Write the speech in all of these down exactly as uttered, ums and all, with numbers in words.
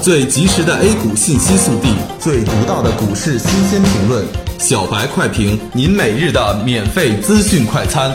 最及时的 A 股信息速递， 最独到的股市新鲜评论， 小白快评，您每日的免费资讯快餐。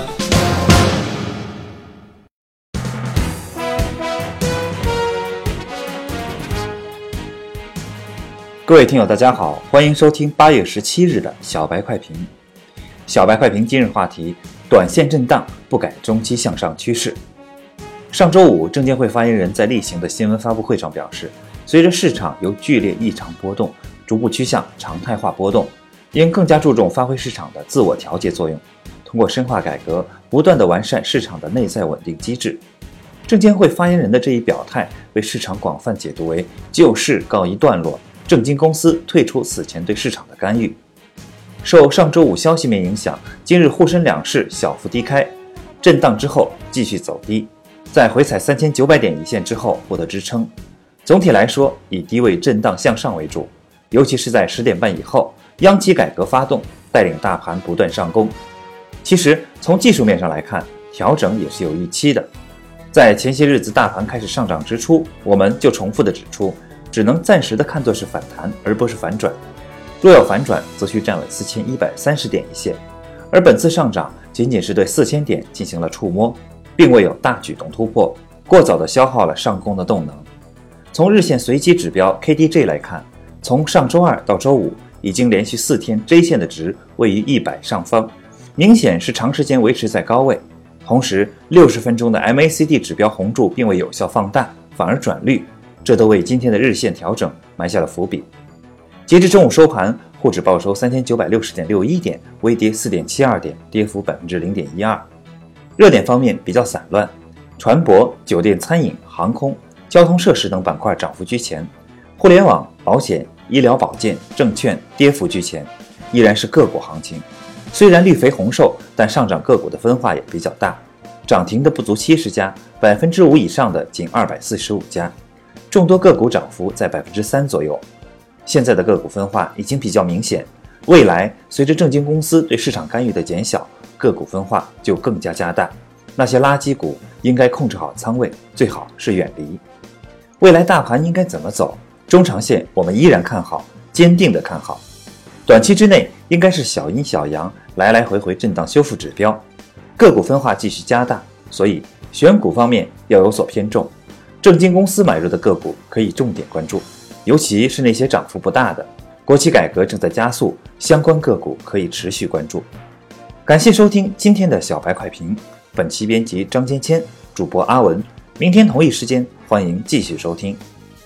各位听友大家好，欢迎收听八月十七日的小白快评。小白快评今日话题：短线震荡不改中期向上趋势。上周五，证监会发言人在例行的新闻发布会上表示，随着市场由剧烈异常波动逐步趋向常态化波动，应更加注重发挥市场的自我调节作用，通过深化改革，不断地完善市场的内在稳定机制。证监会发言人的这一表态被市场广泛解读为救市告一段落，证金公司退出此前对市场的干预。受上周五消息面影响，今日沪深两市小幅低开，震荡之后继续走低，在回踩三千九百点一线之后获得支撑。总体来说，以低位震荡向上为主，尤其是在十点半以后，央企改革发动，带领大盘不断上攻。其实从技术面上来看，调整也是有预期的。在前些日子大盘开始上涨之初，我们就重复的指出，只能暂时的看作是反弹，而不是反转。若要反转，则需站稳四千一百三十点一线，而本次上涨仅仅是对四千点进行了触摸，并未有大举动突破，过早的消耗了上攻的动能。从日线随机指标 K D J 来看，从上周二到周五，已经连续四天 J 线的值位于一百上方，明显是长时间维持在高位。同时，六十分钟的 M A C D 指标红柱并未有效放大，反而转绿，这都为今天的日线调整埋下了伏笔。截至中午收盘，沪指报收三千九百六十点六一点，微跌 四点七二点，跌幅 百分之零点一二。热点方面比较散乱，船舶、酒店、餐饮、航空、交通设施等板块涨幅居前，互联网、保险、医疗保健、证券跌幅居前，依然是个股行情。虽然绿肥红瘦，但上涨个股的分化也比较大，涨停的不足七十家， 百分之五 以上的仅二百四十五家，众多个股涨幅在 百分之三 左右。现在的个股分化已经比较明显，未来随着证金公司对市场干预的减小，个股分化就更加加大。那些垃圾股应该控制好仓位，最好是远离。未来大盘应该怎么走？中长线我们依然看好，坚定的看好。短期之内应该是小阴小阳，来来回回震荡修复指标，个股分化继续加大，所以选股方面要有所偏重。证金公司买入的个股可以重点关注，尤其是那些涨幅不大的，国企改革正在加速，相关个股可以持续关注。感谢收听今天的小白快评，本期编辑张坚谦，主播阿文。明天同一时间欢迎继续收听。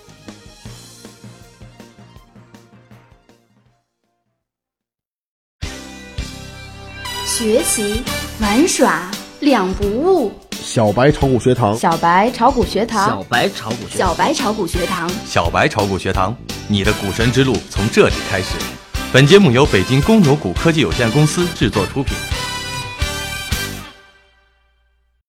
学习玩耍两不误。 小白炒股学堂， 小白炒股学堂， 小白炒股学堂， 小白炒股学堂， 小白炒股学堂，你的股神之路从这里开始。本节目由北京公牛股科技有限公司制作出品。